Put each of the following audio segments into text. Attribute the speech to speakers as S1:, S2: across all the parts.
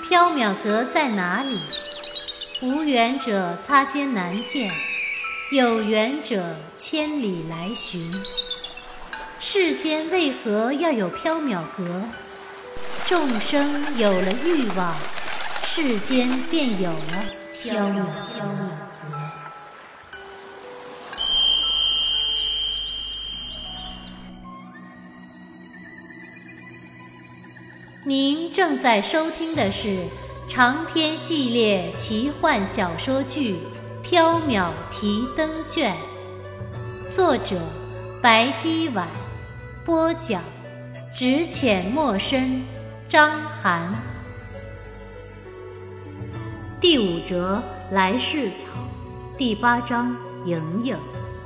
S1: 缥缈阁在哪里？无缘者擦肩难见，有缘者千里来寻。世间为何要有缥缈阁？众生有了欲望，世间便有了缥缈阁。您正在收听的是长篇系列奇幻小说剧《缥缈提灯卷》，作者白姬婉，播讲只浅墨深，张涵。第5折来世草，第8章莹莹。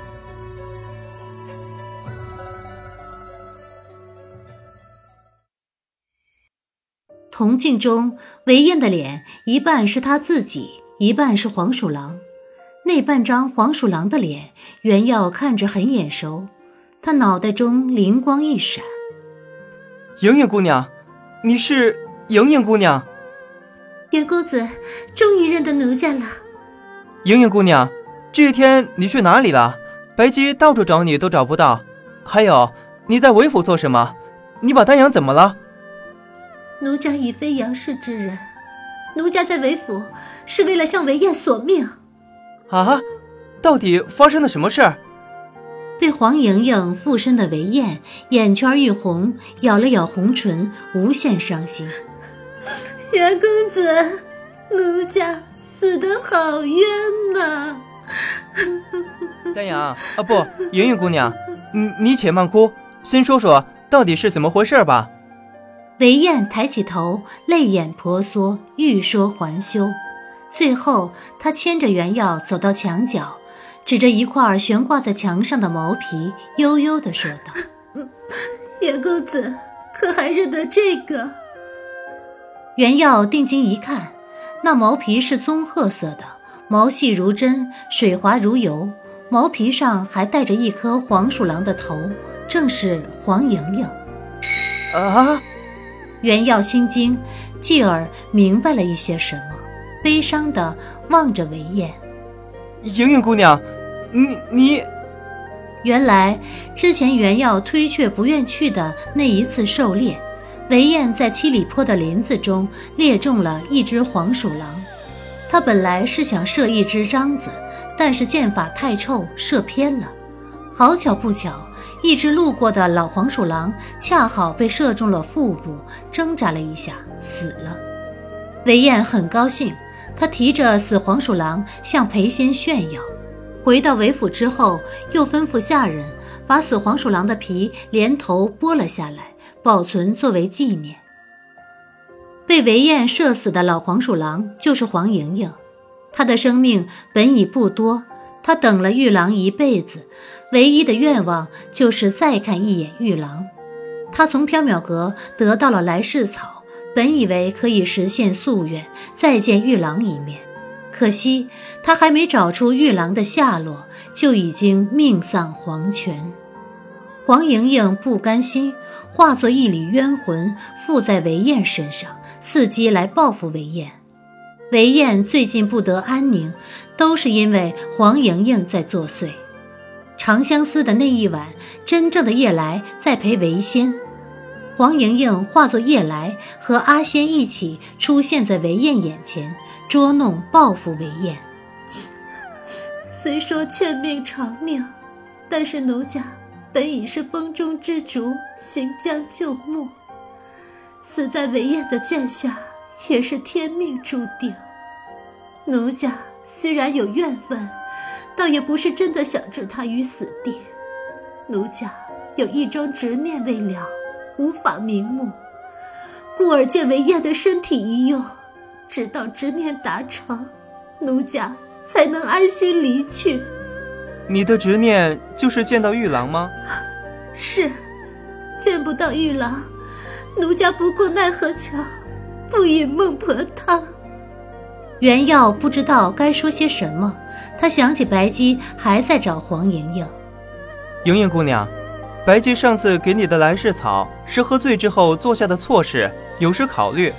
S1: 铜镜中，韦燕的脸一半是他自己，一半是黄鼠狼。那半张黄鼠狼的脸，袁耀看着很眼熟，他脑袋中灵光一闪。
S2: 莹莹姑娘，你是莹莹姑娘？
S1: 袁公子终于认得奴家了。
S2: 莹莹姑娘，这天你去哪里了？白姬到处找你都找不到。还有，你在韦府做什么？你把丹阳怎么了？
S1: 奴家已非杨氏之人，奴家在韦府是为了向韦燕索命。
S2: 啊，到底发生了什么事儿？
S1: 被黄莹莹附身的韦燕眼圈一红，咬了咬红唇，无限伤心。袁公子，奴家死得好冤呐！
S2: 丹阳啊，不，莹莹姑娘，你且慢哭，先说说到底是怎么回事吧。
S1: 韦燕抬起头，泪眼婆娑，欲说还休。最后她牵着袁耀走到墙角，指着一块悬挂在墙上的毛皮，悠悠地说道：袁公子可还认得这个？袁耀定睛一看，那毛皮是棕褐色的，毛细如针，水滑如油，毛皮上还带着一颗黄鼠狼的头，正是黄莹莹。
S2: 啊！
S1: 袁耀心惊，继而明白了一些什么，悲伤地望着韦燕。
S2: 莹莹姑娘，你……
S1: 原来之前袁耀推却不愿去的那一次狩猎，韦燕在七里坡的林子中猎中了一只黄鼠狼。他本来是想射一只獐子，但是箭法太臭，射偏了。好巧不巧，一只路过的老黄鼠狼恰好被射中了腹部，挣扎了一下，死了。韦燕很高兴，她提着死黄鼠狼向裴仙炫耀。回到韦府之后，又吩咐下人把死黄鼠狼的皮连头剥了下来，保存作为纪念。被韦燕射死的老黄鼠狼就是黄莹莹，她的生命本已不多，她等了玉郎一辈子，唯一的愿望就是再看一眼玉郎。她从缥缈阁得到了来世草，本以为可以实现夙愿，再见玉郎一面。可惜她还没找出玉郎的下落，就已经命丧黄泉。黄莹莹不甘心，化作一缕冤魂附在韦燕身上，伺机来报复韦燕。韦燕最近不得安宁，都是因为黄莹莹在作祟。长相思的那一晚，真正的夜来在陪韦仙。黄莹莹化作夜来，和阿仙一起出现在韦燕眼前，捉弄报复韦燕。虽说欠命偿命，但是奴家本已是风中之烛，行将就木，死在韦燕的剑下也是天命注定。奴家虽然有怨愤，倒也不是真的想置他于死地。奴家有一桩执念未了，无法瞑目，故而借韦燕的身体一用，直到执念达成，奴家才能安心离去。
S2: 你的执念就是见到玉郎吗？
S1: 是，见不到玉郎，奴家不过奈何桥，不饮孟婆汤。袁耀不知道该说些什么，他想起白姬还在找黄莹莹。
S2: 莹莹姑娘，白姬上次给你的来世草是喝醉之后做下的错事，有失考虑。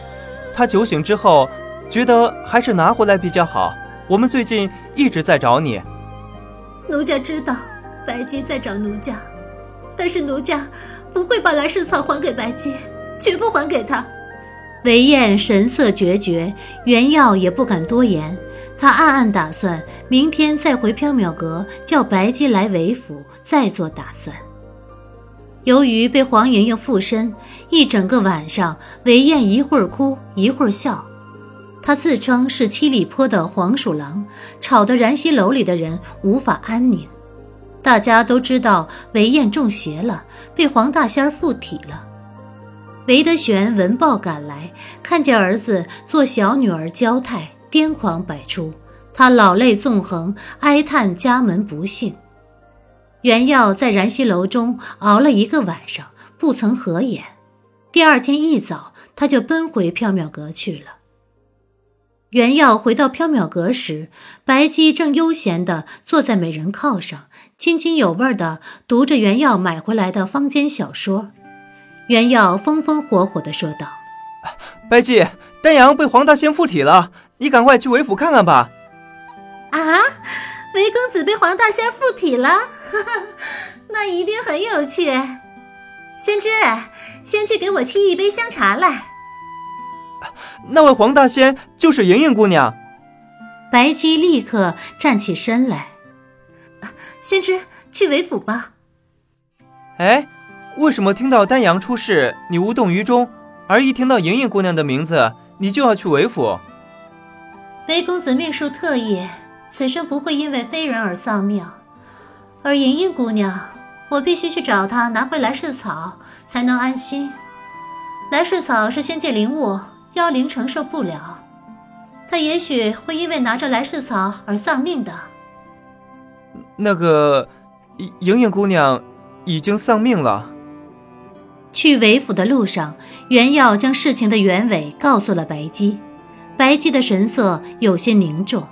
S2: 他酒醒之后觉得还是拿回来比较好，我们最近一直在找你。
S1: 奴家知道白姬在找奴家，但是奴家不会把来世草还给白姬，绝不还给他。韦燕神色决绝，袁耀也不敢多言，他暗暗打算明天再回缥缈阁叫白姬来韦府再做打算。由于被黄莹莹附身，一整个晚上韦燕一会儿哭一会儿笑。她自称是七里坡的黄鼠狼，吵得燃溪楼里的人无法安宁。大家都知道韦燕中邪了，被黄大仙附体了。韦德玄闻报赶来，看见儿子做小女儿娇态，癫狂百出，他老泪纵横，哀叹家门不幸。袁耀在燃溪楼中熬了一个晚上，不曾合眼。第二天一早，他就奔回缥缈阁去了。袁耀回到缥缈阁时，白姬正悠闲地坐在美人靠上，津津有味地读着袁耀买回来的坊间小说。袁耀风风火火地说道：
S2: 白姬，丹阳被黄大仙附体了，你赶快去韦府看看吧。
S1: 啊，韦公子被黄大仙附体了？那一定很有趣。仙芝，先去给我沏一杯香茶来。
S2: 那位黄大仙就是莹莹姑娘。
S1: 白姬立刻站起身来。仙芝，去韦府吧。
S2: 哎，为什么听到丹阳出事你无动于衷，而一听到莹莹姑娘的名字你就要去韦府？
S1: 韦公子命数特异，此生不会因为非人而丧命，而莹莹姑娘，我必须去找她拿回来世草才能安心。来世草是仙界灵物，妖灵承受不了，她也许会因为拿着来世草而丧命的。
S2: 那个莹莹姑娘已经丧命了。
S1: 去韦府的路上，袁耀将事情的原委告诉了白姬。白姬的神色有些凝重。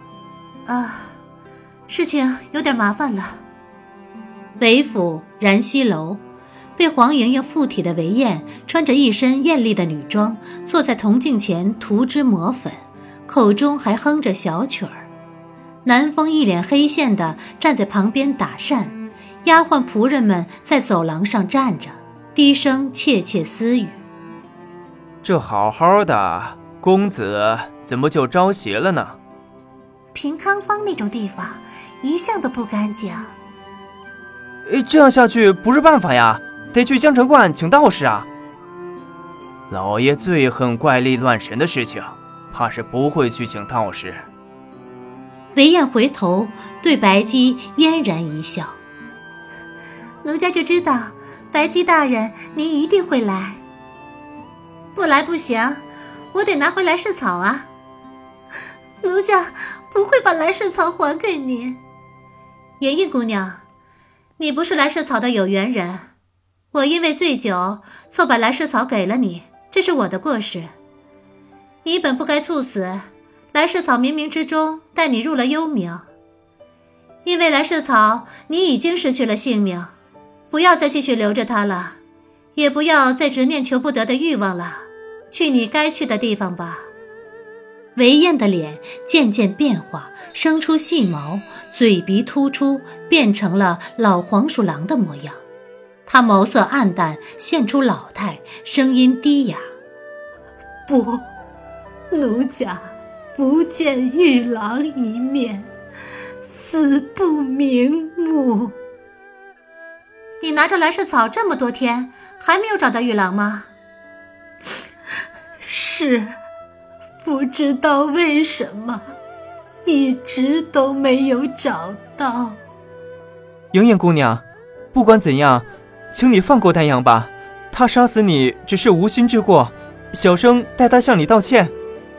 S1: 事情有点麻烦了。韦府燃溪楼，被黄莹莹附体的韦燕穿着一身艳丽的女装，坐在铜镜前涂脂抹粉，口中还哼着小曲儿。南风一脸黑线地站在旁边打扇，丫鬟仆人们在走廊上站着，低声窃窃私语。
S2: 这好好的公子怎么就招邪了呢？
S1: 平康坊那种地方一向都不干净。
S2: 这样下去不是办法呀，得去江城观请道士啊。老爷最恨怪力乱神的事情，怕是不会去请道士。
S1: 韦燕回头对白姬嫣然一笑。奴家就知道白姬大人您一定会来。不来不行，我得拿回来世草啊。奴家不会把来世草还给您。莹莹姑娘，你不是来世草的有缘人，我因为醉酒错把来世草给了你，这是我的过失。你本不该猝死，来世草冥冥之中带你入了幽冥。因为来世草你已经失去了性命，不要再继续留着它了，也不要再执念求不得的欲望了，去你该去的地方吧。韦燕的脸渐渐变化，生出细毛，嘴鼻突出，变成了老黄鼠狼的模样。他眸色暗淡，现出老态，声音低哑。不，奴家不见玉郎一面，死不瞑目。你拿着来世草这么多天，还没有找到玉郎吗？是，不知道为什么，一直都没有找到。
S2: 莹莹姑娘，不管怎样，请你放过丹阳吧，他杀死你只是无心之过，小生代他向你道歉。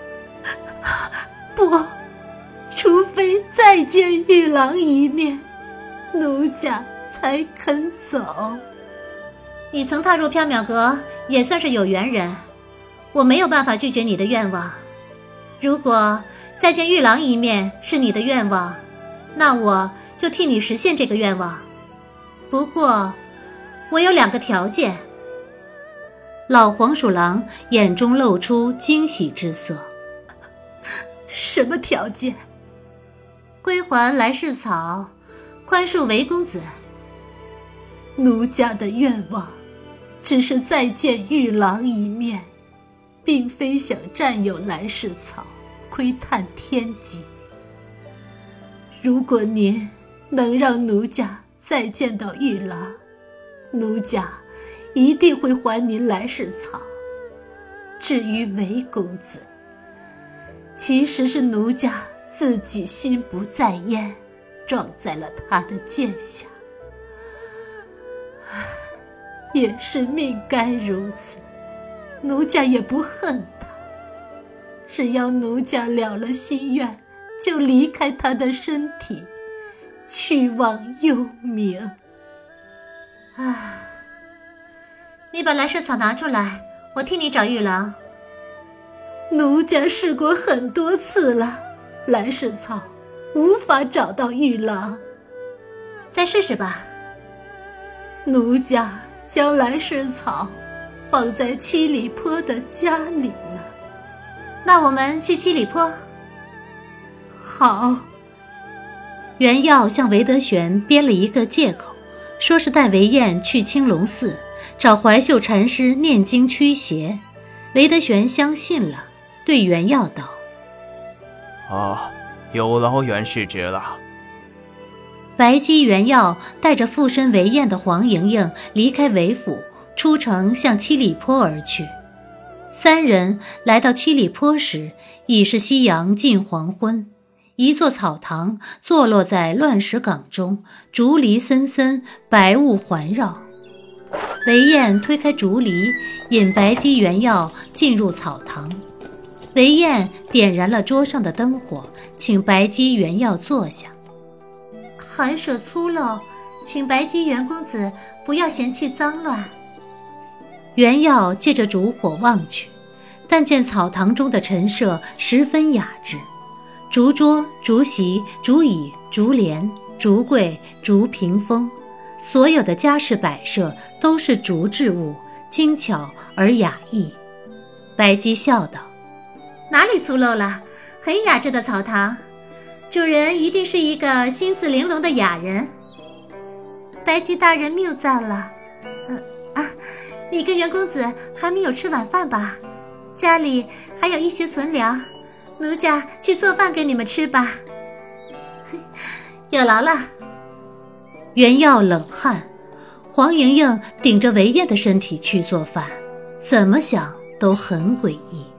S1: 不，除非再见玉郎一面，奴家才肯走。你曾踏入缥缈阁，也算是有缘人，我没有办法拒绝你的愿望。如果再见玉郎一面是你的愿望，那我就替你实现这个愿望。不过我有2个条件。 老黄鼠狼眼中露出惊喜之色。
S3: 什么条件？
S1: 归还来世草，宽恕韦公子。
S3: 奴家的愿望只是再见玉郎一面，并非想占有来世草，窥探天机。如果您能让奴家再见到玉郎，奴家一定会还您来世草。至于韦公子，其实是奴家自己心不在焉，撞在了他的剑下。也是命该如此，奴家也不恨他。只要奴家了了心愿，就离开他的身体，去往幽冥。
S1: 你把来世草拿出来，我替你找玉郎。
S3: 奴家试过很多次了，来世草无法找到玉郎。
S1: 再试试吧。
S3: 奴家将来世草放在七里坡的家里了。
S1: 那我们去七里坡。
S3: 好。
S1: 袁耀向韦德玄编了一个借口，说是带韦燕去青龙寺找怀秀禅师念经驱邪。韦德玄相信了，对袁耀道：
S2: 有劳袁世侄了。
S1: 白姬、袁耀带着附身韦燕的黄莹莹离开韦府，出城向七里坡而去。三人来到七里坡时，已是夕阳近黄昏。一座草堂坐落在乱石岗中，竹篱森森，白雾环绕。韦燕推开竹篱，引白姬、袁耀进入草堂。韦燕点燃了桌上的灯火，请白姬、袁耀坐下。寒舍粗陋，请白姬袁公子不要嫌弃脏乱。袁耀借着烛火望去，但见草堂中的陈设十分雅致，竹桌、竹席、竹椅、竹帘、竹柜、竹屏风，所有的家饰摆设都是竹制物，精巧而雅逸。白姬笑道：哪里粗陋了，很雅致的草堂，主人一定是一个心思玲珑的雅人。白姬大人谬赞了。你跟袁公子还没有吃晚饭吧？家里还有一些存粮，奴家去做饭给你们吃吧。有劳了。袁耀冷汗，黄莹莹顶着韦燕的身体去做饭，怎么想都很诡异。